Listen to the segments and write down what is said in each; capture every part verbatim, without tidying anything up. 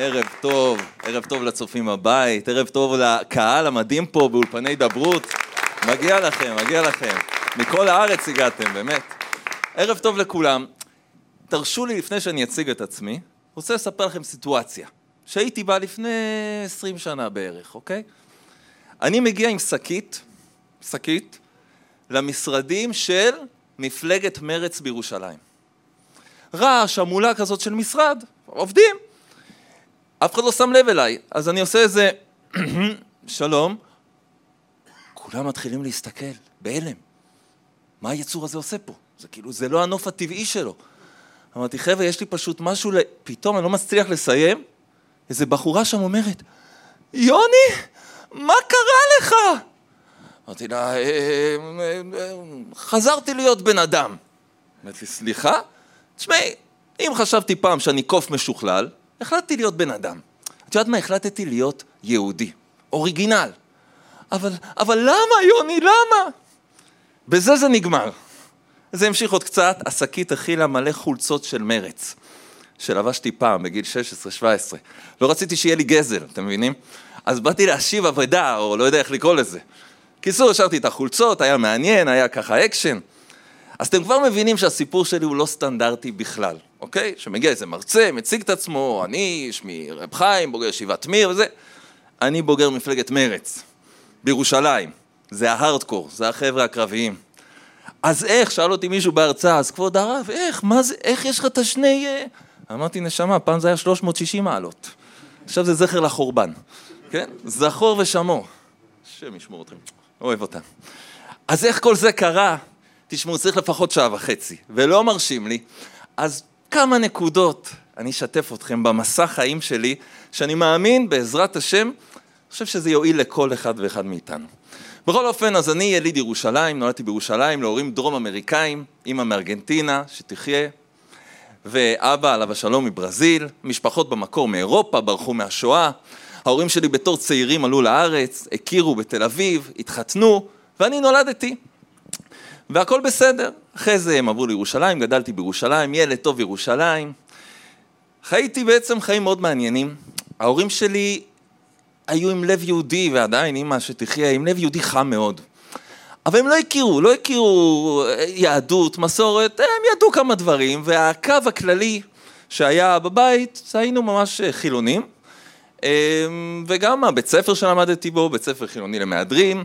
ערב טוב, ערב טוב לצופים בבית, ערב טוב לקהל המדהים פה באולפני דברות. מגיע לכם, מגיע לכם. מכל הארץ הגעתם, באמת. ערב טוב לכולם. תרשו לי לפני שאני אציג את עצמי, רוצה לספר לכם סיטואציה שהייתי בה לפני עשרים שנה בערך, אוקיי? אני מגיע עם שקית, שקית, למשרדים של מפלגת מרץ בירושלים. רעש, המולה כזאת של משרד, עובדים. אף אחד לא שם לב אליי, אז אני עושה איזה, שלום, כולם מתחילים להסתכל, בהלם. מה היצור הזה עושה פה? זה כאילו, זה לא הנוף הטבעי שלו. אמרתי, חבר'ה, יש לי פשוט משהו, פתאום אני לא מצליח לסיים, איזו בחורה שם אומרת, יוני, מה קרה לך? אמרתי לה, חזרתי להיות בן אדם. אמרתי לי, סליחה? תשמעי, אם חשבתי פעם שאני קוף משוכלל, החלטתי להיות בן אדם. את יודעת מה? החלטתי להיות יהודי, אוריגינל. אבל, אבל למה, יוני, למה? בזה זה נגמר. זה המשיך עוד קצת, השקית הכילה מלא חולצות של מרץ, שלבשתי פעם בגיל שש עשרה שבע עשרה. לא רציתי שיהיה לי גזל, אתם מבינים? אז באתי להשיב עבודה, או לא יודע איך לקרוא לזה. קיצור, השארתי את החולצות, היה מעניין, היה ככה אקשן. אז אתם כבר מבינים שהסיפור שלי הוא לא סטנדרטי בכלל, אוקיי? שמגיע איזה מרצה, מציג את עצמו, אני, שמי רב חיים, בוגר ישיבת מיר וזה. אני בוגר מפלגת מרץ, בירושלים. זה ההארדקור, זה החבר'ה הקרביים. אז איך, שאל אותי מישהו בהרצאה, אז כבוד הרב, איך, מה זה, איך יש לך את השני... אמרתי, נשמה, פעם זה היה שלוש מאות ושישים מעלות. עכשיו זה זכר לחורבן, כן? זכור ושמור. השם ישמור אתכם, אוהב אותם. אז איך כל זה קרה? תשמעו, צריך לפחות שעה וחצי, ולא מרשים לי. אז כמה נקודות אני אשתף אתכם במסע חיים שלי, שאני מאמין בעזרת השם, אני חושב שזה יועיל לכל אחד ואחד מאיתנו. בכל אופן, אז אני יליד ירושלים, נולדתי בירושלים, להורים דרום אמריקאים, אמא מארגנטינה, שתחיה, ואבא עליו השלום מברזיל, משפחות במקור מאירופה, ברחו מהשואה. ההורים שלי בתור צעירים עלו לארץ, הכירו בתל אביב, התחתנו, ואני נולדתי. והכל בסדר. אחרי זה הם עברו לירושלים, גדלתי בירושלים, ילד טוב ירושלים. חייתי בעצם חיים מאוד מעניינים. ההורים שלי היו עם לב יהודי, ועדיין אמא שתחיה, עם לב יהודי חם מאוד. אבל הם לא הכירו, לא הכירו יהדות, מסורת, הם ידעו כמה דברים, והקו הכללי שהיה בבית, זה היינו ממש חילונים. וגם הבית ספר שלמדתי בו, בית ספר חילוני למהדרין,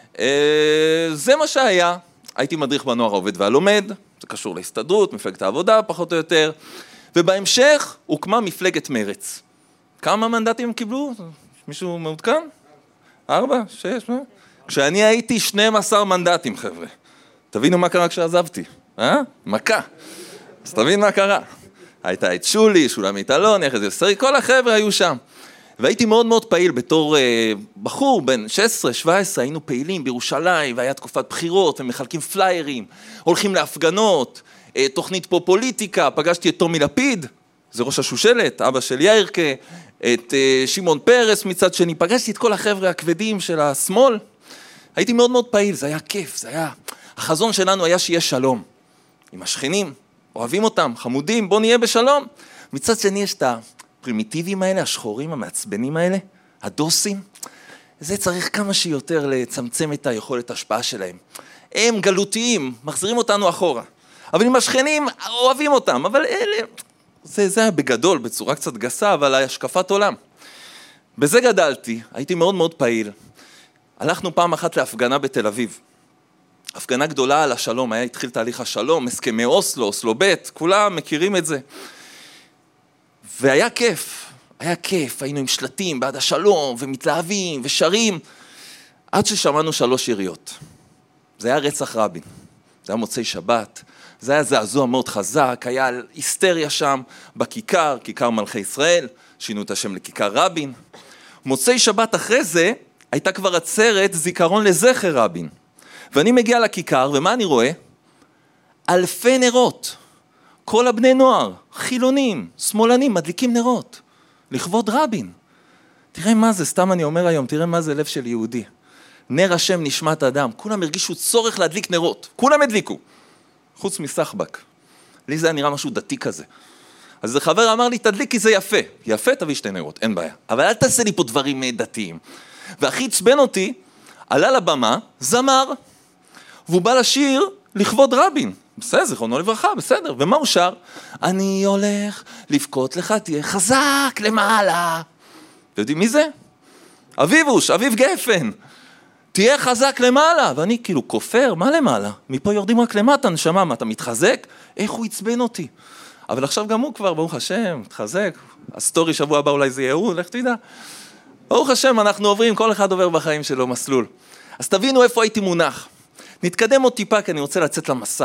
זה מה שהיה. הייתי מדריך בנוער העובד והלומד, זה קשור להסתדרות, מפלגת העבודה פחות או יותר, ובהמשך הוקמה מפלגת מרץ. כמה מנדטים הם קיבלו? מישהו מעודכן? ארבע? שש? מה? כשאני הייתי שנים עשר מנדטים, חבר'ה. תבינו מה קרה כשעזבתי, אה? מכה. אז תבין מה קרה. הייתה את שולי, שולמית אלון, יחד יוסרי, כל החבר'ה היו שם. והייתי מאוד מאוד פעיל בתור אה, בחור, בן שש עשרה שבע עשרה, היינו פעילים בירושלים, והיה תקופת בחירות, ומחלקים פליירים, הולכים להפגנות, אה, תוכנית פה פוליטיקה, פגשתי את תומי לפיד, זה ראש השושלת, אבא של יאירקה, את אה, שמעון פרס מצד שני, פגשתי את כל החבר'ה הכבדים של השמאל, הייתי מאוד מאוד פעיל, זה היה כיף, זה היה, החזון שלנו היה שיהיה שלום, עם השכנים, אוהבים אותם, חמודים, בוא נהיה בשלום, מצד שני יש את ה... הפרימיטיביים האלה, השחורים, המעצבנים האלה, הדוסים, זה צריך כמה שיותר לצמצם את היכולת ההשפעה שלהם. הם גלותיים, מחזירים אותנו אחורה. אבל עם השכנים, אוהבים אותם, אבל אלה, זה, זה היה בגדול, בצורה קצת גסה, אבל השקפת עולם. בזה גדלתי, הייתי מאוד מאוד פעיל. הלכנו פעם אחת להפגנה בתל אביב. הפגנה גדולה על השלום, היה התחיל תהליך השלום, הסכמי אוסלו, אוסלו ב', כולם מכירים את זה. והיה כיף, היה כיף, היינו עם שלטים בעד השלום, ומתלהבים, ושרים, עד ששמענו שלוש יריות. זה היה רצח רבין, זה היה מוצאי שבת, זה היה זעזוע מאוד חזק, היה היסטריה שם, בכיכר, כיכר מלכי ישראל, שינו את השם לכיכר רבין. מוצאי שבת אחרי זה, הייתה כבר עצרת זיכרון לזכר רבין. ואני מגיע לכיכר, ומה אני רואה? אלפי נרות. כל הבני נוער, חילונים, שמאלנים, מדליקים נרות, לכבוד רבין. תראה מה זה, סתם אני אומר היום, תראה מה זה לב של יהודי. נר השם נשמת אדם, כולם הרגישו צורך להדליק נרות, כולם הדליקו, חוץ מסחבק. לי זה היה נראה משהו דתי כזה. אז חבר אמר לי, תדליקי זה יפה. יפה, תביא שתי נרות, אין בעיה. אבל אל תעשה לי פה דברים דתיים. והכי עצבן אותי, עלה לבמה, זמר, והוא בא לשיר לכבוד רבין. בסדר, זכרונו לברכה, בסדר. ומה הוא שר? אני הולך לבכות לך, תהיה חזק למעלה. ויודעים מי זה? אביבוש, אביב גפן. תהיה חזק למעלה. ואני כאילו כופר, מה למעלה? מפה יורדים רק למטה, נשמה, מה, אתה מתחזק? איך הוא עצבן אותי? אבל עכשיו גם הוא כבר, ברוך השם, מתחזק. הסטורי שבוע הבא אולי זה יהיה הוא, לך תדע. ברוך השם, אנחנו עוברים, כל אחד עובר בחיים שלו מסלול. אז תבינו איפה הייתי מונח. נתקדם עוד טיפה, כי אני רוצה לצאת למסע.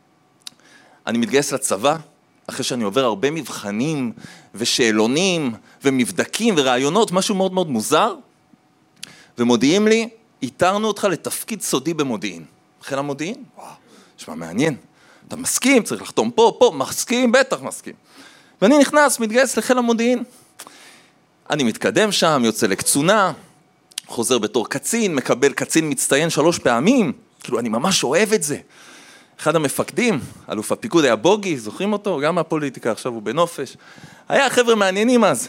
אני מתגייס לצבא, אחרי שאני עובר הרבה מבחנים ושאלונים ומבדקים ורעיונות, משהו מאוד מאוד מוזר, ומודיעים לי, איתרנו אותך לתפקיד סודי במודיעין. חיל המודיעין? וואו, נשמע מעניין. אתה מסכים, צריך לחתום פה, פה, מסכים, בטח מסכים. ואני נכנס, מתגייס לחיל המודיעין. אני מתקדם שם, יוצא לקצונה, חוזר בתור קצין, מקבל קצין מצטיין שלוש פעמים, כאילו אני ממש אוהב את זה. אחד המפקדים, אלוף הפיקוד היה בוגי, זוכרים אותו? גם מהפוליטיקה, עכשיו הוא בנופש. היה חבר'ה מעניינים אז.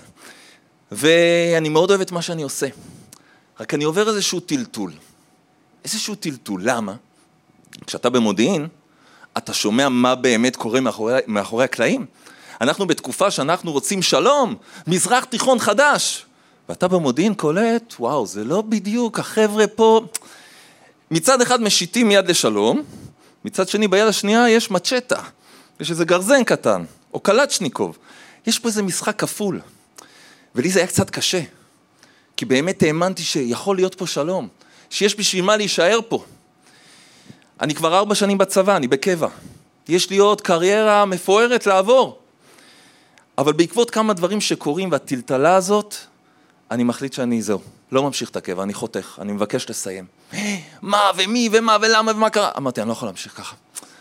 ואני מאוד אוהב את מה שאני עושה. רק אני עובר איזשהו טלטול. איזשהו טלטול, למה? כשאתה במודיעין, אתה שומע מה באמת קורה מאחורי, מאחורי הקלעים. אנחנו בתקופה שאנחנו רוצים שלום, מזרח תיכון חדש. ואתה במודיעין קולט, וואו, זה לא בדיוק, החבר'ה פה... מצד אחד משיתים יד לשלום, מצד שני ביד השנייה יש מצ'טה, יש איזה גרזן קטן, או קלצ'ניקוב. יש פה איזה משחק כפול. ולי זה היה קצת קשה, כי באמת האמנתי שיכול להיות פה שלום, שיש בשביל מה להישאר פה. אני כבר ארבע שנים בצבא, אני בקבע. יש לי עוד קריירה מפוארת לעבור. אבל בעקבות כמה דברים שקורים והטלטלה הזאת, אני מחליט שאני זהו, לא ממשיך את הקבע, אני חותך, אני מבקש לסיים. מה ומי ומה ולמה ומה קרה? אמרתי, אני לא יכול להמשיך ככה.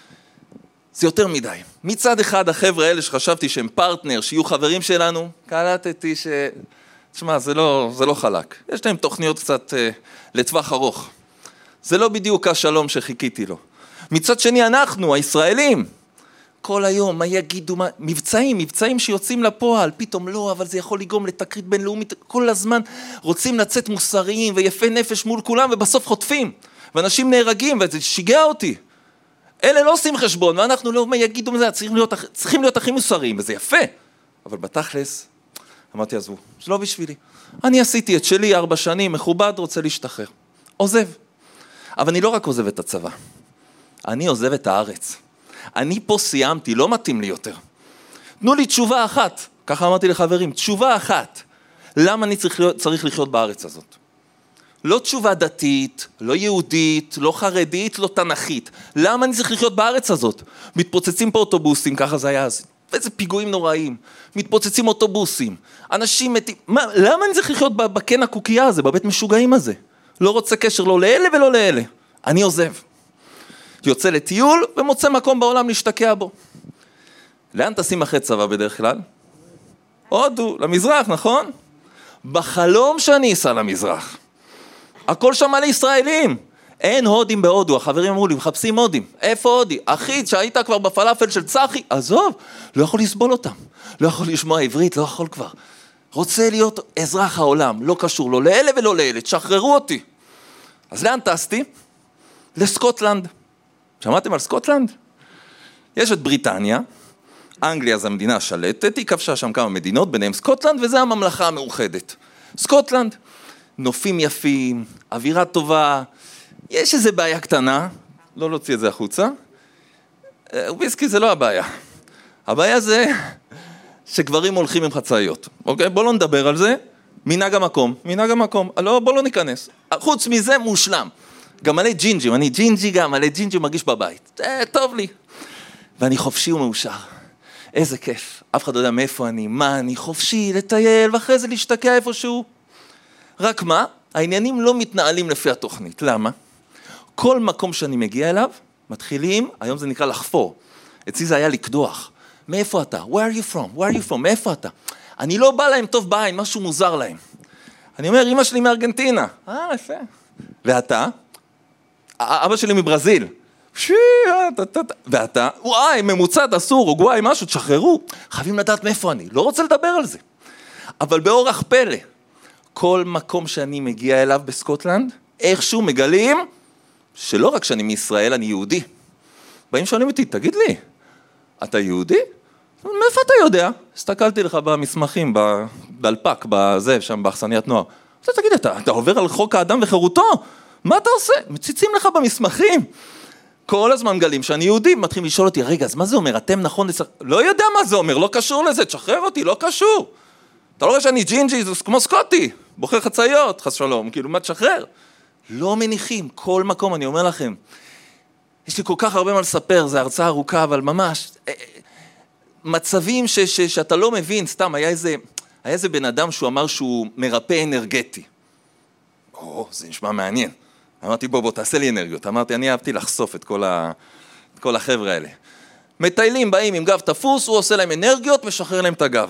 זה יותר מדי. מצד אחד, החבר'ה האלה שחשבתי שהם פרטנר, שיהיו חברים שלנו, קלטתי ש... תשמע, זה לא, זה לא חלק. יש להם תוכניות קצת אה, לטווח ארוך. זה לא בדיוק השלום שחיכיתי לו. מצד שני, אנחנו, הישראלים, כל היום, מה יגידו, מה... מבצעים, מבצעים שיוצאים לפועל, פתאום לא, אבל זה יכול לגרום לתקרית בינלאומית, כל הזמן רוצים לצאת מוסריים ויפה נפש מול כולם, ובסוף חוטפים, ואנשים נהרגים, וזה שיגע אותי. אלה לא עושים חשבון, ואנחנו לא, מה יגידו מזה, צריכים להיות, צריכים להיות הכי מוסריים, וזה יפה. אבל בתכלס, אמרתי, עזבו, זה לא בשבילי. אני עשיתי את שלי ארבע שנים, מכובד, רוצה להשתחרר. עוזב. אבל אני לא רק עוזב את הצבא, אני עוזב את הארץ. אני פה סיימתי, לא מתאים לי יותר. תנו לי תשובה אחת, ככה אמרתי לחברים, תשובה אחת. למה אני צריך, צריך לחיות בארץ הזאת? לא תשובה דתית, לא יהודית, לא חרדית, לא תנכית. למה אני צריך לחיות בארץ הזאת? מתפוצצים פה אוטובוסים, ככה זה היה אז. ואיזה פיגועים נוראים. מתפוצצים אוטובוסים. אנשים מתים. מה, למה אני צריך לחיות בקן הקוקייה הזה, בבית משוגעים הזה? לא רוצה קשר לא לאלה ולא לאלה. אני עוזב. יוצא לטיול ומוצא מקום בעולם להשתקע בו. לאן תשים אחרי צבא בדרך כלל? הודו, למזרח, נכון? בחלום שאני אסע למזרח. הכל שם על ישראלים. אין הודים בהודו, החברים אמרו לי, מחפשים הודים. איפה הודי? אחי, שהיית כבר בפלאפל של צחי, עזוב, לא יכול לסבול אותם. לא יכול לשמוע עברית, לא יכול כבר. רוצה להיות אזרח העולם, לא קשור לו לאלה ולא לאלה, תשחררו אותי. אז לאן טסתי? לסקוטלנד. שמעתם על סקוטלנד? יש את בריטניה, אנגליה זה המדינה השלטת, היא כבשה שם כמה מדינות, ביניהם סקוטלנד, וזה הממלכה המאוחדת. סקוטלנד, נופים יפים, אווירה טובה, יש איזו בעיה קטנה, לא להוציא את זה החוצה, וויסקי זה לא הבעיה. הבעיה זה שגברים הולכים עם חצאיות, אוקיי? בוא לא נדבר על זה, מנהג המקום, מנהג המקום, לא, בוא לא ניכנס. חוץ מזה מושלם. גם מלא ג'ינג'ים, אני ג'ינג'י גם, מלא ג'ינג'י מרגיש בבית. אה, טוב לי. ואני חופשי ומאושר. איזה כיף. אף אחד לא יודע מאיפה אני, מה אני, חופשי, לטייל, ואחרי זה להשתקע איפשהו. רק מה? העניינים לא מתנהלים לפי התוכנית. למה? כל מקום שאני מגיע אליו, מתחילים, היום זה נקרא לחפור. אצלי זה היה לקדוח. מאיפה אתה? Where are you from? Where are you from? מאיפה אתה? אני לא בא להם טוב בעין, משהו מוזר להם. אני אומר, אמא שלי מארגנטינה. אה, יפה. ואתה? אבא שלי מברזיל. ואתה, וואי, ממוצע, אסור, אורוגוואי, משהו, תשחררו. חייבים לדעת מאיפה אני, לא רוצה לדבר על זה. אבל באורח פלא, כל מקום שאני מגיע אליו בסקוטלנד, איכשהו מגלים שלא רק שאני מישראל, אני יהודי. באים שואלים אותי, תגיד לי, אתה יהודי? מאיפה אתה יודע? הסתכלתי לך במסמכים, בדלפק, בזה, שם באכסניית נוער. אז תגיד, אתה, אתה עובר על חוק האדם וחירותו? מה אתה עושה? מציצים לך במסמכים. כל הזמן גלים שאני יהודי, מתחילים לשאול אותי, רגע, אז מה זה אומר? אתם נכון לצח... לא יודע מה זה אומר, לא קשור לזה, תשחרר אותי, לא קשור. אתה לא רואה שאני ג'ינג'י, זה כמו סקוטי, בוחר חצאיות, חס שלום, כאילו, מה תשחרר? לא מניחים, כל מקום, אני אומר לכם. יש לי כל כך הרבה מה לספר, זה הרצאה ארוכה, אבל ממש, מצבים ש, ש, שאתה לא מבין, סתם, היה איזה, היה איזה בן אדם שהוא אמר שהוא מרפא אנרגטי. או, זה נשמע מעניין. אמרתי, בוא, בוא, תעשה לי אנרגיות. אמרתי, אני אהבתי לחשוף את כל, ה... את כל החבר'ה האלה. מטיילים באים עם גב תפוס, הוא עושה להם אנרגיות, משחרר להם את הגב.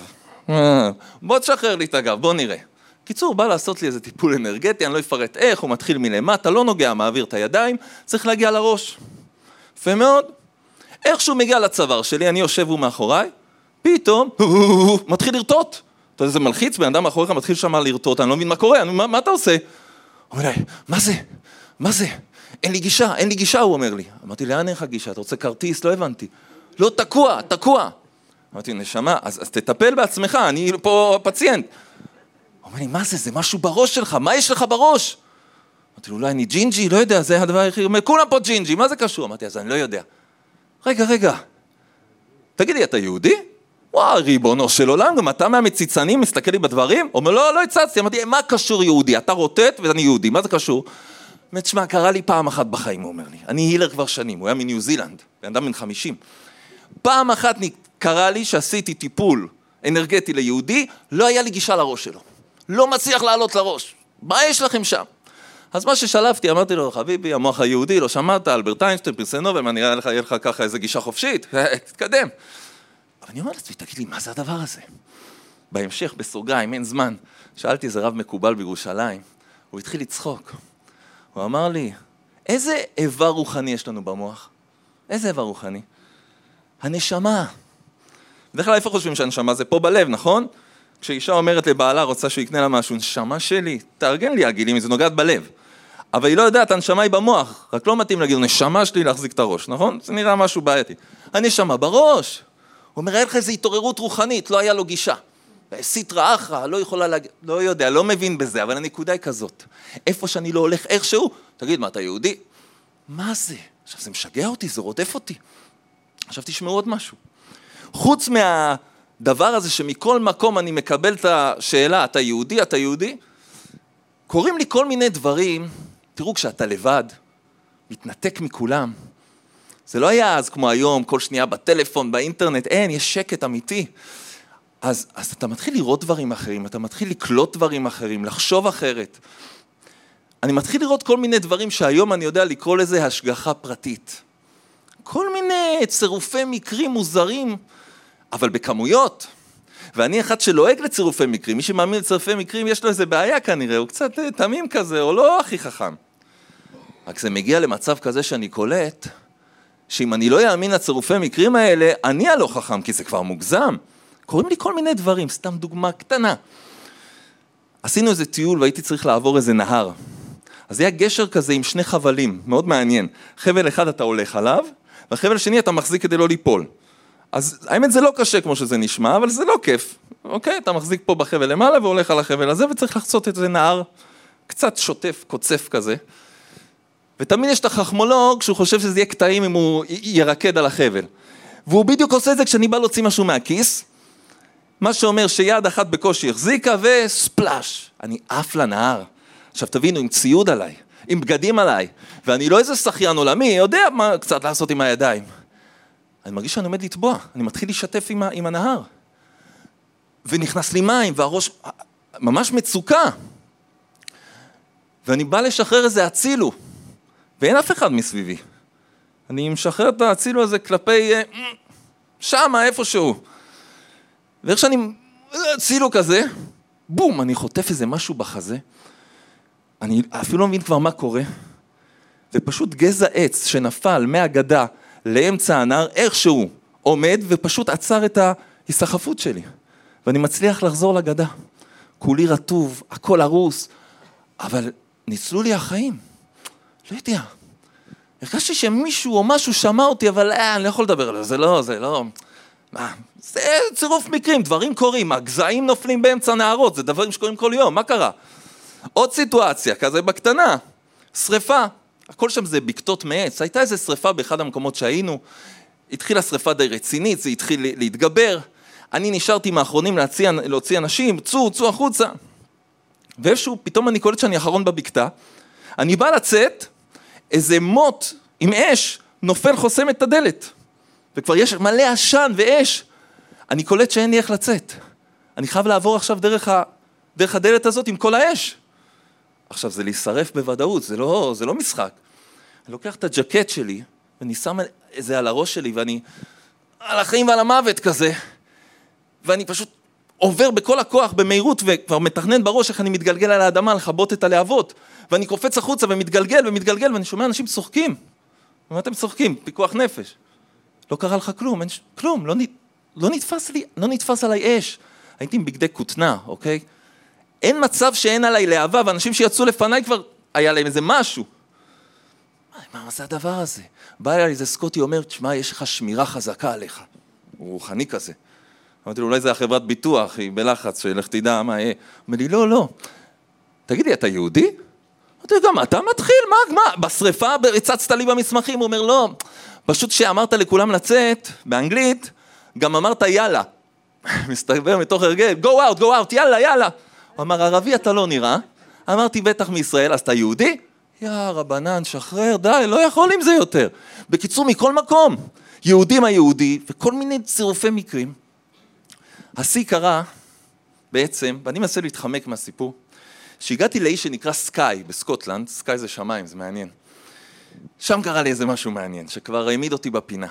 בוא תשחרר לי את הגב, בוא נראה. קיצור, בא לעשות לי איזה טיפול אנרגטי, אני לא אפרט איך, הוא מתחיל מלמטה, לא נוגע, מעביר את הידיים, צריך להגיע לראש. יפה מאוד. איכשהו מגיע לצוואר שלי, אני יושב הוא מאחוריי, פתאום, מתחיל לרטוט. אתה יודע, זה מלחיץ, בן אדם מאחוריך מתחיל שם לרטוט, אני לא מבין מה קורה, מה, מה אתה עושה? הוא אומר לי, מה זה? מה זה? אין לי גישה, אין לי גישה, הוא אומר לי. אמרתי, לאן אין לך גישה? אתה רוצה כרטיס? לא הבנתי. לא, תקוע, תקוע. אמרתי, נשמה, אז, אז תטפל בעצמך, אני פה פציינט. הוא אומר לי, מה זה? זה משהו בראש שלך, מה יש לך בראש? אמרתי, אולי אני ג'ינג'י, לא יודע, זה הדבר הכי... הוא אומר, כולם פה ג'ינג'י, מה זה קשור? אמרתי, אז אני לא יודע. רגע, רגע, תגידי, אתה יהודי? וואו, ריבונו של עולם, גם אתה מהמציצנים מסתכל לי בדברים? הוא אומר, לא, לא הצצתי, אמרתי, מה קשור יהודי? אתה רוטט ואני יהודי, מה זה קשור? באמת, שמה, קרה לי פעם אחת בחיים, הוא אומר לי. אני הילר כבר שנים, הוא היה מניו זילנד, בן אדם בן חמישים. פעם אחת קרה לי שעשיתי טיפול אנרגטי ליהודי, לא היה לי גישה לראש שלו. לא מצליח לעלות לראש. מה יש לכם שם? אז מה ששלפתי, אמרתי לו, חביבי, המוח היהודי, לא שמעת, אלברט איינשטיין, פרסי נובל, מה נראה לך, יהיה לך ככה איזה גישה חופשית? תתקדם. אבל אני אומר לעצמי, תגיד לי, מה זה הדבר הזה? בהמשך, בסוגריים, אין זמן. שאלתי איזה רב מקובל בירושלים, הוא התחיל לצחוק. הוא אמר לי, איזה איבר רוחני יש לנו במוח? איזה איבר רוחני? הנשמה. בדרך כלל איפה חושבים שהנשמה זה פה בלב, נכון? כשאישה אומרת לבעלה, רוצה שהוא יקנה לה משהו, נשמה שלי, תארגן לי הגילים, זה נוגעת בלב. אבל היא לא יודעת, הנשמה היא במוח, רק לא מתאים להגיד, נשמה שלי להחזיק את הראש, נכון? זה נראה משהו בעייתי. הנשמה בראש. הוא אומר, היה לך איזו התעוררות רוחנית, לא היה לו גישה. סיטרא אחרא, לא יכולה להגיד, לא יודע, לא מבין בזה, אבל הנקודה היא כזאת. איפה שאני לא הולך איכשהו, תגיד, מה, אתה יהודי? מה זה? עכשיו, זה משגע אותי, זה רודף אותי. עכשיו תשמעו עוד משהו. חוץ מהדבר הזה שמכל מקום אני מקבל את השאלה, אתה יהודי, אתה יהודי, קוראים לי כל מיני דברים, תראו, כשאתה לבד, מתנתק מכולם. זה לא היה אז כמו היום, כל שנייה בטלפון, באינטרנט, אין, יש שקט אמיתי. אז, אז אתה מתחיל לראות דברים אחרים, אתה מתחיל לקלוט דברים אחרים, לחשוב אחרת. אני מתחיל לראות כל מיני דברים שהיום אני יודע לקרוא לזה השגחה פרטית. כל מיני צירופי מקרים מוזרים, אבל בכמויות. ואני אחד שלועג לצירופי מקרים, מי שמאמין לצירופי מקרים יש לו איזה בעיה כנראה, הוא קצת תמים כזה, או לא הכי חכם. רק זה מגיע למצב כזה שאני קולט, שאם אני לא יאמין לצירופי מקרים האלה, אני הלא חכם, כי זה כבר מוגזם. קוראים לי כל מיני דברים, סתם דוגמה קטנה. עשינו איזה טיול והייתי צריך לעבור איזה נהר. אז היה גשר כזה עם שני חבלים, מאוד מעניין. חבל אחד אתה הולך עליו, והחבל שני אתה מחזיק כדי לא ליפול. אז האמת זה לא קשה כמו שזה נשמע, אבל זה לא כיף. אוקיי? אתה מחזיק פה בחבל למעלה והולך על החבל הזה, וצריך לחצות את זה נהר קצת שוטף, קוצף כזה. ותמיד יש את החכמולוג שהוא חושב שזה יהיה קטעים אם הוא ירקד על החבל. והוא בדיוק עושה את זה כשאני בא להוציא משהו מהכיס, מה שאומר שיד אחת בקושי החזיקה וספלש. אני עף לנהר. עכשיו תבינו, עם ציוד עליי, עם בגדים עליי, ואני לא איזה שחיין עולמי, יודע מה קצת לעשות עם הידיים. אני מרגיש שאני עומד לטבוע, אני מתחיל להשתף עם, עם הנהר. ונכנס לי מים, והראש ממש מצוקה. ואני בא לשחרר איזה הצילו, ואין אף אחד מסביבי. אני משחרר את הצילו הזה כלפי שמה, איפשהו. ואיך שאני צילו כזה, בום, אני חוטף איזה משהו בחזה. אני אפילו לא מבין כבר מה קורה. זה פשוט גזע עץ שנפל מהגדה לאמצע הנהר, איכשהו עומד ופשוט עצר את ההיסחפות שלי. ואני מצליח לחזור לגדה. כולי רטוב, הכל הרוס, אבל ניצלו לי החיים. לא יודע. הרגשתי שמישהו או משהו שמע אותי, אבל אה, אני לא יכול לדבר על זה, זה לא, זה לא. מה? זה צירוף מקרים, דברים קורים, הגזעים נופלים באמצע נהרות, זה דברים שקורים כל יום, מה קרה? עוד סיטואציה, כזה בקטנה, שריפה, הכל שם זה בקתות מעץ, הייתה איזו שריפה באחד המקומות שהיינו, התחילה שריפה די רצינית, זה התחיל להתגבר, אני נשארתי מאחרונים להציע, להוציא אנשים, צאו, צאו החוצה, ואיפשהו פתאום אני קולט שאני אחרון בבקתה, אני בא לצאת, איזה מוט עם אש נופל חוסם את הדלת, וכבר יש מלא עשן ואש, אני קולט שאין לי איך לצאת, אני חייב לעבור עכשיו דרך, ה, דרך הדלת הזאת עם כל האש, עכשיו זה להישרף בוודאות, זה לא, זה לא משחק, אני לוקח את הג'קט שלי, ואני שם את זה על הראש שלי, ואני על החיים ועל המוות כזה, ואני פשוט עובר בכל הכוח במהירות, וכבר מתכנן בראש איך אני מתגלגל על האדמה, לחבות את הלהבות, ואני קופץ החוצה ומתגלגל ומתגלגל, ואני שומע אנשים צוחקים. ומה אתם צוחקים? פיקוח נפש. לא קרה לך כלום, אין ש... כלום, לא, נ... לא נתפס לי, לא נתפס עליי אש. הייתי עם בגדי כותנה, אוקיי? אין מצב שאין עליי להבה, ואנשים שיצאו לפניי כבר היה להם איזה משהו. מה, מה זה הדבר הזה? בא אליי איזה סקוטי אומר, תשמע, יש לך שמירה חזקה עליך. הוא רוחני כזה. אמרתי לו, אולי זה החברת ביטוח, היא בלחץ, שלך תדע מה יהיה. אומר לי, לא, לא. תגידי, אתה יהודי? אמרתי לו, גם אתה מתחיל? מה, מה? בשריפה הצצת לי במסמכים? הוא אומר, לא. פשוט שאמרת לכולם לצאת, באנגלית, גם אמרת יאללה. מסתבר מתוך הרגל, go out, go out, יאללה, יאללה. הוא אמר, ערבי אתה לא נראה. אמרתי, בטח מישראל, אז אתה יהודי? יא רבנן, שחרר, די, לא יכול עם זה יותר. בקיצור, מכל מקום, יהודים היהודי, וכל מיני צירופי מקרים. השיא קרה, בעצם, ואני מנסה להתחמק מהסיפור, שהגעתי לאיש שנקרא סקאי בסקוטלנד, סקאי זה שמיים, זה מעניין. שם קרה לי איזה משהו מעניין, שכבר העמיד אותי בפינה.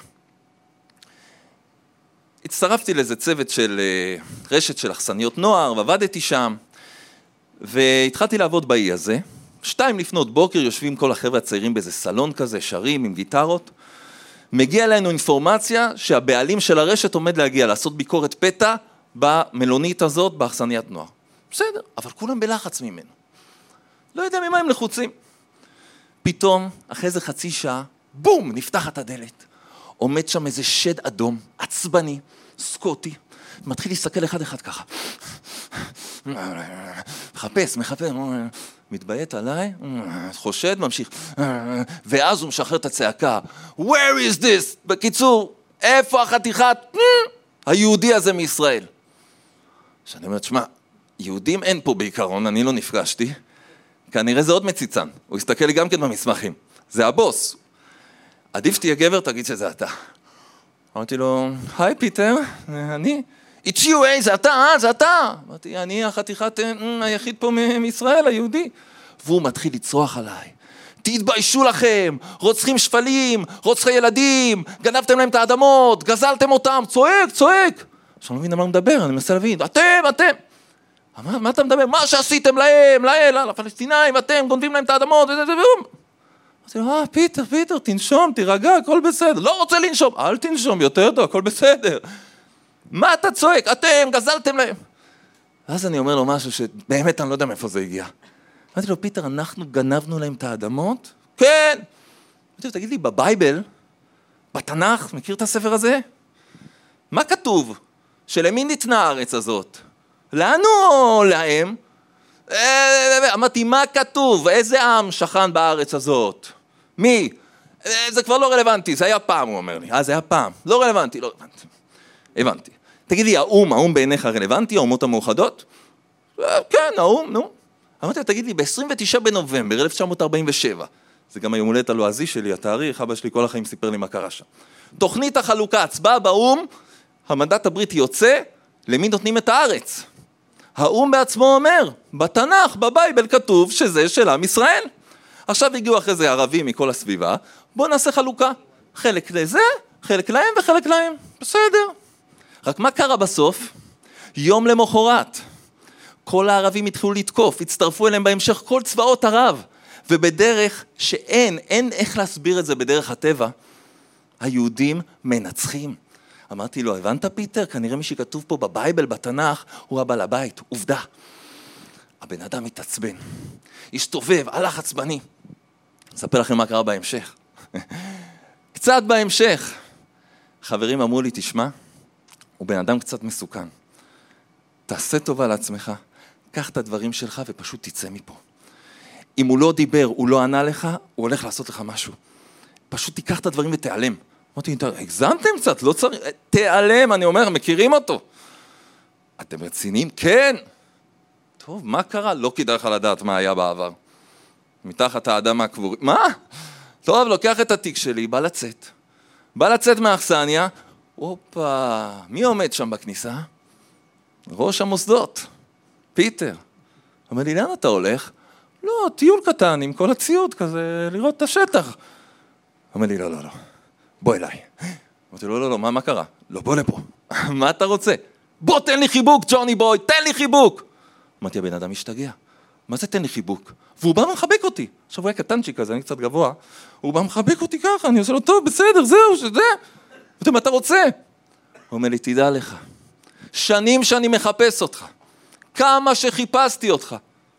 הצטרפתי לאיזה צוות של רשת של אכסניות נוער, ועבדתי שם, והתחלתי לעבוד באי הזה. שתיים לפנות בוקר, יושבים כל החבר'ה הצעירים באיזה סלון כזה, שרים עם גיטרות. מגיע אלינו אינפורמציה שהבעלים של הרשת עומד להגיע, לעשות ביקורת פתע במלונית הזאת, באכסניית נוער. בסדר, אבל כולם בלחץ ממנו. לא יודע ממה הם לחוצים. פתאום, אחרי איזה חצי שעה, בום, נפתחת הדלת. עומד שם איזה שד אדום, עצבני, סקוטי, מתחיל להסתכל אחד אחד ככה. מחפש, מחפש, מתביית עליי, חושד, ממשיך. ואז הוא משחרר את הצעקה. Where is this? בקיצור, איפה החתיכת היהודי הזה מישראל? שאני אומרת, שמה, יהודים אין פה בעיקרון, אני לא נפגשתי. כנראה זה עוד מציצן. הוא הסתכל לי גם כן במסמכים. זה הבוס. עדיף תהיה גבר, תגיד שזה אתה. אמרתי לו, היי פיטר, אני... It's you, hey, זה אתה, אה, זה אתה. אמרתי, אני החתיכת היחיד פה מישראל, היהודי. והוא מתחיל לצרוח עליי. תתביישו לכם, רוצחים שפלים, רוצחי ילדים, גנבתם להם את האדמות, גזלתם אותם, צועק, צועק. עכשיו אני לא מבין על מה הוא מדבר, אני מנסה להבין, אתם, אתם. מה, מה אתה מדבר? מה שעשיתם להם, להם, לפלסטינאים, אתם גונבים להם את האדמות, וזה, וזה, וזה. אמרתי לו, אה, פיטר, פיטר, תנשום, תירגע, הכל בסדר. לא רוצה לנשום, אל תנשום, יותר טוב, הכל בסדר. מה אתה צועק? אתם גזלתם להם. ואז אני אומר לו משהו שבאמת אני לא יודע מאיפה זה הגיע. אמרתי לו, פיטר, אנחנו גנבנו להם את האדמות? כן. אמרתי לו, תגיד לי, בבייבל, בתנ"ך, מכיר את הספר הזה? מה כתוב? שלמי ניתנה הארץ הזאת? לנו או להם? אמרתי, מה כתוב? איזה עם שכן בארץ הזאת? מי? זה כבר לא רלוונטי, זה היה פעם, הוא אומר לי. אה, זה היה פעם. לא רלוונטי, לא רלוונטי. הבנתי. תגיד לי, האום, האום בעיניך רלוונטי, האומות המאוחדות? כן, האום, נו. אמרתי, תגיד לי, ב-עשרים ותשעה בנובמבר אלף תשע מאות ארבעים ושבע, זה גם היום הולדת הלועזי שלי, התאריך, אבא שלי כל החיים סיפר לי מה קרה שם. תוכנית החלוקה, הצבעה באום, המנדט הבריטי יוצא, למי נותנים את הארץ? האום בעצמו אומר, בתנ"ך, בבייבל כתוב שזה של עם ישראל. עכשיו הגיעו אחרי זה ערבים מכל הסביבה, בואו נעשה חלוקה. חלק לזה, חלק להם וחלק להם. בסדר. רק מה קרה בסוף? יום למחרת. כל הערבים התחילו לתקוף, הצטרפו אליהם בהמשך כל צבאות ערב. ובדרך שאין, אין איך להסביר את זה בדרך הטבע, היהודים מנצחים. אמרתי לו, הבנת פיטר? כנראה מי שכתוב פה בבייבל, בתנ"ך, הוא הבעל הבית, עובדה. הבן אדם מתעצבן, השתובב, הלך עצבני. אספר לכם מה קרה בהמשך. קצת בהמשך. חברים אמרו לי, תשמע, הוא בן אדם קצת מסוכן. תעשה טובה לעצמך, קח את הדברים שלך ופשוט תצא מפה. אם הוא לא דיבר, הוא לא ענה לך, הוא הולך לעשות לך משהו. פשוט תיקח את הדברים ותיעלם. אמרתי, הגזמתם קצת, לא צריך, תיעלם, אני אומר, מכירים אותו. אתם רציניים? כן. טוב, מה קרה? לא כדאי לך לדעת מה היה בעבר. מתחת האדמה קבורית. מה? טוב, לוקח את התיק שלי, בא לצאת. בא לצאת מהאכסניה, הופה, מי עומד שם בכניסה? ראש המוסדות, פיטר. אומר לי, לאן אתה הולך? לא, טיול קטן עם כל הציוד כזה, לראות את השטח. אומר לי, לא, לא, לא, בוא אליי. אמרתי, לא, לא, לא, מה, מה קרה? לא, בוא לפה. מה אתה רוצה? בוא, תן לי חיבוק, ג'וני בוי, תן לי חיבוק. אמרתי, הבן אדם משתגע. מה זה תן לי חיבוק? והוא בא ומחבק אותי. עכשיו הוא היה קטנצ'יק כזה, אני קצת גבוה. הוא בא ומחבק אותי ככה, אני עושה לו, טוב, בסדר, זהו, שזה. אמרתי, מה אתה רוצה? הוא אומר לי, תדע לך, שנים שאני מחפש אותך, כמה שחיפשתי אותך.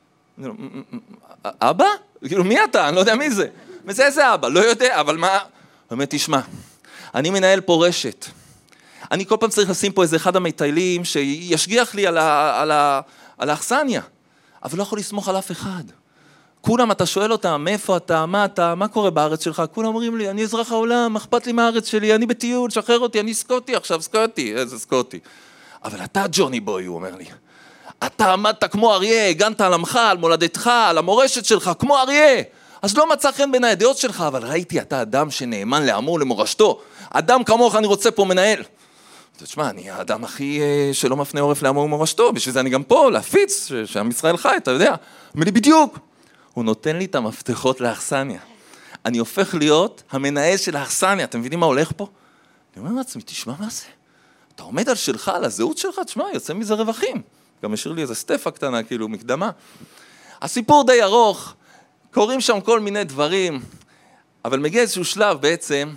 אבא? כאילו, מי אתה? אני לא יודע מי זה. וזה איזה אבא? לא יודע, אבל מה? הוא אומר, תשמע, אני מנהל פה רשת. אני כל פעם צריך לשים פה איזה אחד המטיילים שישגיח לי על, ה, על, ה, על האכסניה, אבל לא יכול לסמוך על אף אחד. כולם, אתה שואל אותם, מאיפה אתה, מה אתה, מה קורה בארץ שלך? כולם אומרים לי, אני אזרח העולם, אכפת לי מהארץ שלי, אני בטיול, שחרר אותי, אני סקוטי עכשיו, סקוטי, איזה סקוטי. אבל אתה ג'וני בוי, הוא אומר לי. אתה עמדת כמו אריה, הגנת על עמך, על מולדתך, על המורשת שלך, כמו אריה. אז לא מצא חן בין הידיעות שלך, אבל ראיתי, אתה אדם שנאמן לעמו, למורשתו. אדם כמוך אני רוצה פה מנהל. תשמע, אני האדם הכי שלא מפנה עורף לעמו ומורשתו, בשביל זה אני גם פה, להפיץ, שעם ישראל חי, אתה יודע. אומר לי, בדיוק. הוא נותן לי את המפתחות לאכסניה. אני הופך להיות המנהל של האכסניה. אתם מבינים מה הולך פה? אני אומר לעצמי, תשמע מה זה? אתה עומד על שלך, על הזהות שלך, תשמע, יוצא מזה רווחים. גם השאיר לי איזה סטפה קטנה, כאילו, מקדמה. הסיפור די ארוך, קוראים שם כל מיני דברים, אבל מגיע איזשהו שלב בעצם,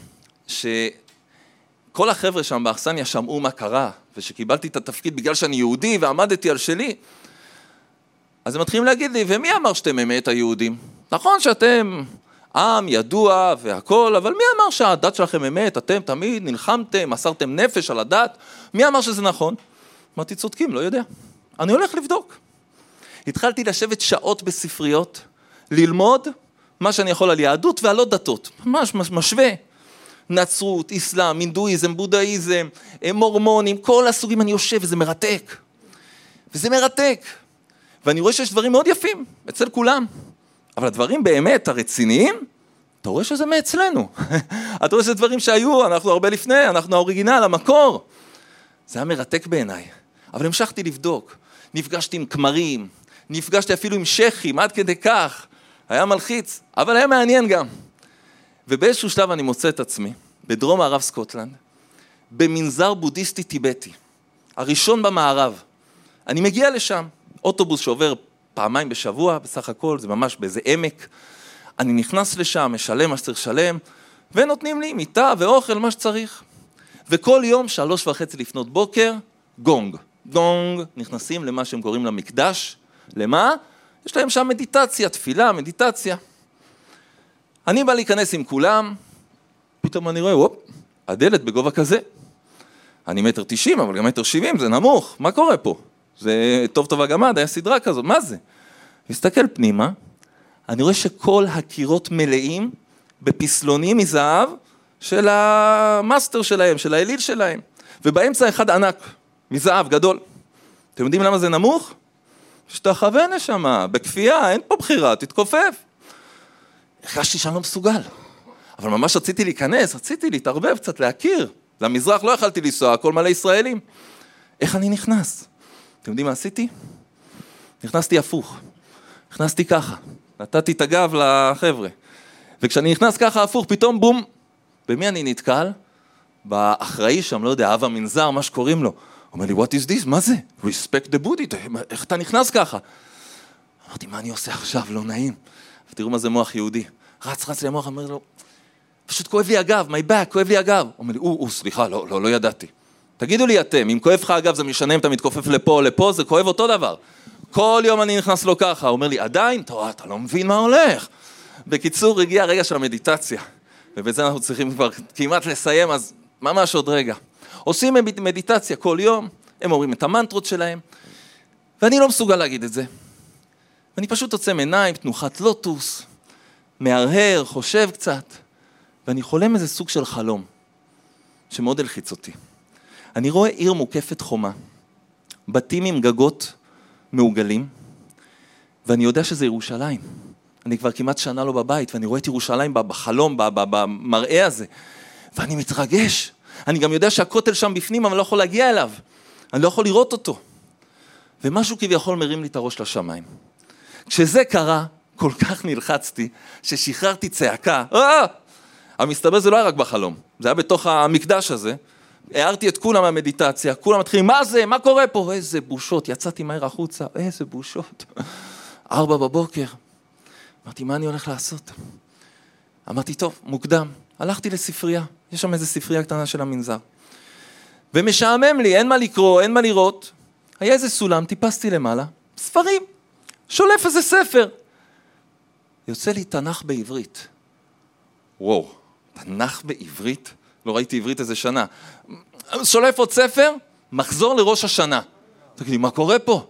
שכל החבר'ה שם באכסניה שמעו מה קרה, ושקיבלתי את התפקיד בגלל שאני יהודי ועמדתי על שלי, אז הם מתחילים להגיד לי, ומי אמר שאתם אמת היהודים? נכון שאתם עם ידוע והכל, אבל מי אמר שהדת שלכם אמת? אתם תמיד נלחמתם, מסרתם נפש על הדת, מי אמר שזה נכון? אמרתי, צודקים, לא יודע. אני הולך לבדוק. התחלתי לשבת שעות בספריות, ללמוד מה שאני יכול על יהדות ועל עוד דתות, ממש משווה. נצרות, אסלאם, הינדואיזם, בודהיזם, מורמונים, כל הסוגים אני יושב וזה מרתק. וזה מרתק. ואני רואה שיש דברים מאוד יפים אצל כולם. אבל הדברים באמת הרציניים, אתה רואה שזה מאצלנו. אתה רואה שזה דברים שהיו, אנחנו הרבה לפני, אנחנו האוריגינל, המקור. זה היה מרתק בעיניי. אבל המשכתי לבדוק. נפגשתי עם כמרים, נפגשתי אפילו עם שכים, עד כדי כך. היה מלחיץ, אבל היה מעניין גם. ובאיזשהו שלב אני מוצא את עצמי, בדרום מערב סקוטלנד, במנזר בודהיסטי טיבטי, הראשון במערב. אני מגיע לשם, אוטובוס שעובר פעמיים בשבוע, בסך הכל, זה ממש באיזה עמק. אני נכנס לשם, משלם מה שצריך לשלם, ונותנים לי מיטה ואוכל, מה שצריך. וכל יום, שלוש וחצי לפנות בוקר, גונג. גונג, נכנסים למה שהם קוראים למקדש. למה? יש להם שם מדיטציה, תפילה, מדיטציה. אני בא להיכנס עם כולם, פתאום אני רואה, וופ, הדלת בגובה כזה. אני מטר תשעים, אבל גם מטר שבעים, זה נמוך. מה קורה פה? זה טוב טוב הגמד, היה סדרה כזאת, מה זה? מסתכל פנימה, אני רואה שכל הקירות מלאים בפסלונים מזהב של המאסטר שלהם, של האליל שלהם. ובאמצע אחד ענק, מזהב גדול. אתם יודעים למה זה נמוך? שתחווה נשמה, בכפייה, אין פה בחירה, תתכופף. הרגשתי שאני לא מסוגל. אבל ממש רציתי להיכנס, רציתי להתערבב קצת, להכיר. למזרח לא יכלתי לנסוע, הכל מלא ישראלים. איך אני נכנס? אתם יודעים מה עשיתי? נכנסתי הפוך. נכנסתי ככה. נתתי את הגב לחבר'ה. וכשאני נכנס ככה הפוך, פתאום בום. במי אני נתקל? באחראי שם, לא יודע, אב המנזר, מה שקוראים לו. הוא אומר לי, what is this? מה זה? respect the Buddha. איך אתה נכנס ככה? אמרתי, מה אני עושה עכשיו? לא נעים. ותראו מה זה מוח יהודי. רץ, רץ לי המוח, אומר לו, פשוט כואב לי הגב, my back, כואב לי הגב. הוא אומר לי, או, או, סליחה, לא, לא, לא ידעתי. תגידו לי אתם, אם כואב לך הגב, זה משנה אם אתה מתכופף לפה או לפה, זה כואב אותו דבר. כל יום אני נכנס לו ככה, הוא אומר לי, עדיין, טוב, אתה לא מבין מה הולך. בקיצור, הגיע הרגע של המדיטציה, ובזה אנחנו צריכים כבר כמעט לסיים, אז ממש עוד רגע. עושים מדיטציה כל יום, הם אומרים את המנטרות שלהם, ואני לא מסוגל להגיד את זה. ואני פשוט עוצם עיניים, תנוחת לוטוס, מהרהר, חושב קצת, ואני חולם איזה סוג של חלום, שמאוד הלחיץ אותי. אני רואה עיר מוקפת חומה, בתים עם גגות מעוגלים, ואני יודע שזה ירושלים. אני כבר כמעט שנה לא בבית, ואני רואה את ירושלים בחלום, במראה הזה, ואני מתרגש. אני גם יודע שהכותל שם בפנים, אבל אני לא יכול להגיע אליו. אני לא יכול לראות אותו. ומשהו כביכול מרים לי את הראש לשמיים. כשזה קרה, כל כך נלחצתי, ששחררתי צעקה. אה! המסתבר זה לא היה רק בחלום, זה היה בתוך המקדש הזה. הערתי את כולם מהמדיטציה, כולם מתחילים, מה זה? מה קורה פה? איזה בושות, יצאתי מהר החוצה, איזה בושות. ארבע בבוקר. אמרתי, מה אני הולך לעשות? אמרתי, טוב, מוקדם. הלכתי לספרייה, יש שם איזו ספרייה קטנה של המנזר. ומשעמם לי, אין מה לקרוא, אין מה לראות. היה איזה סולם, טיפסתי למעלה, ספרים, שולף איזה ספר. יוצא לי תנ"ך בעברית. וואו, תנ"ך בעברית? לא ראיתי עברית איזה שנה. שולף עוד ספר, מחזור לראש השנה. תגידי, מה קורה פה?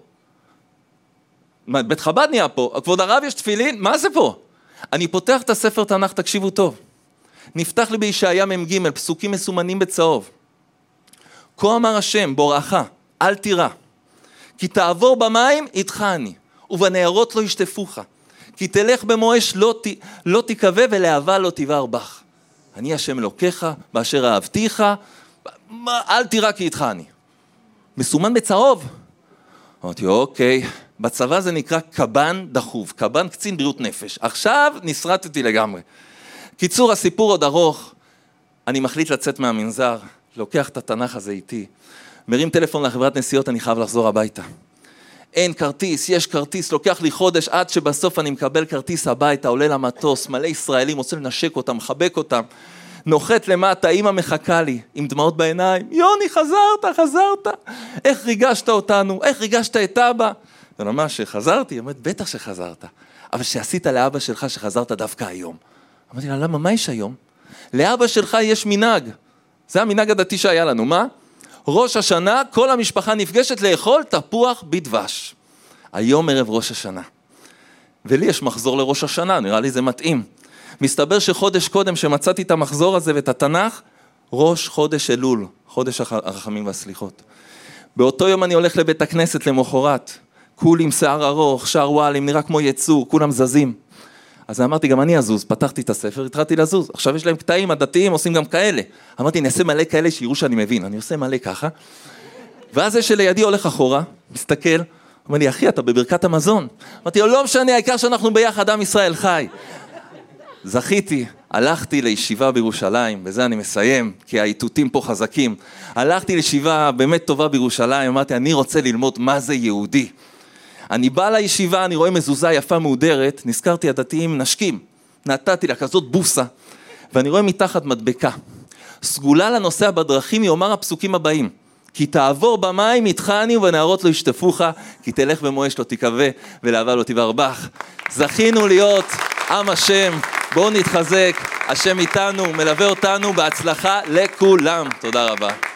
מה, בית חב"ד נהיה פה? כבוד הרב יש תפילין? מה זה פה? אני פותח את הספר תנ"ך, תקשיבו טוב. נפתח לי בישעיה מ"ג, פסוקים מסומנים בצהוב. כה אמר השם, בוראך, אל תירא. כי תעבור במים, איתך אני, ובנהרות לא ישטפוך. כי תלך במואש לא, ת, לא תקווה, ולהבה לא תבער בך. אני השם אלוקיך, באשר אהבתיך, אל תירא כי איתך אני. מסומן בצהוב. אמרתי, אוקיי, בצבא זה נקרא קב"ן דחוב, קב"ן קצין בריאות נפש. עכשיו נשרטתי לגמרי. קיצור, הסיפור עוד ארוך, אני מחליט לצאת מהמנזר, לוקח את התנ"ך הזה איתי, מרים טלפון לחברת נסיעות, אני חייב לחזור הביתה. אין כרטיס, יש כרטיס, לוקח לי חודש עד שבסוף אני מקבל כרטיס הביתה, עולה למטוס, מלא ישראלים, רוצה לנשק אותם, מחבק אותם, נוחת למטה, אמא מחכה לי, עם דמעות בעיניים, יוני חזרת, חזרת, איך ריגשת אותנו, איך ריגשת את אבא? וממש שחזרתי, אמרתי, בטח שחזרת, אבל שעשית לאבא שלך שחזרת דווקא היום. אמרתי לה, למה, מה יש היום? לאבא שלך יש מנהג, זה המנהג הדתי שהיה לנו, מה? ראש השנה, כל המשפחה נפגשת לאכול תפוח בדבש. היום ערב ראש השנה. ולי יש מחזור לראש השנה, נראה לי זה מתאים. מסתבר שחודש קודם שמצאתי את המחזור הזה ואת התנ"ך, ראש חודש אלול, חודש הרחמים והסליחות. באותו יום אני הולך לבית הכנסת למחרת, כול עם שיער ארוך, שער וואלים, נראה כמו יצור, כולם זזים. אז אמרתי, גם אני אזוז, פתחתי את הספר, התחלתי לזוז. עכשיו יש להם קטעים, הדתיים עושים גם כאלה. אמרתי, אני אעשה מלא כאלה שיראו שאני מבין. אני עושה מלא ככה. ואז זה שלידי הולך אחורה, מסתכל, אומר לי, אחי, אתה בברכת המזון. אמרתי, לא משנה, העיקר שאנחנו ביחד, עם ישראל חי. זכיתי, הלכתי לישיבה בירושלים, בזה אני מסיים, כי האיתותים פה חזקים. הלכתי לישיבה באמת טובה בירושלים, אמרתי, אני רוצה ללמוד מה זה יהודי. אני בא לישיבה, אני רואה מזוזה יפה מהודרת, נזכרתי הדתיים נשקים, נתתי לה כזאת בוסה, ואני רואה מתחת מדבקה. סגולה לנוסע בדרכים יאמר הפסוקים הבאים, כי תעבור במים איתך אני ובנהרות לא ישטפוך, כי תלך במואש לא תקווה ולהבה לא תבער בך. זכינו להיות עם השם, בואו נתחזק, השם איתנו, מלווה אותנו בהצלחה לכולם. תודה רבה.